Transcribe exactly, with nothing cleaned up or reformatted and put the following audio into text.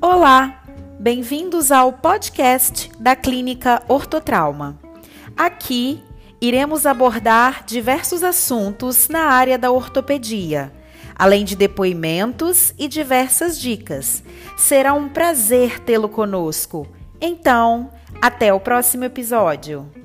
Olá, bem-vindos ao podcast da Clínica Ortotrauma. Aqui iremos abordar diversos assuntos na área da ortopedia, além de depoimentos e diversas dicas. Será um prazer tê-lo conosco. Então, até o próximo episódio.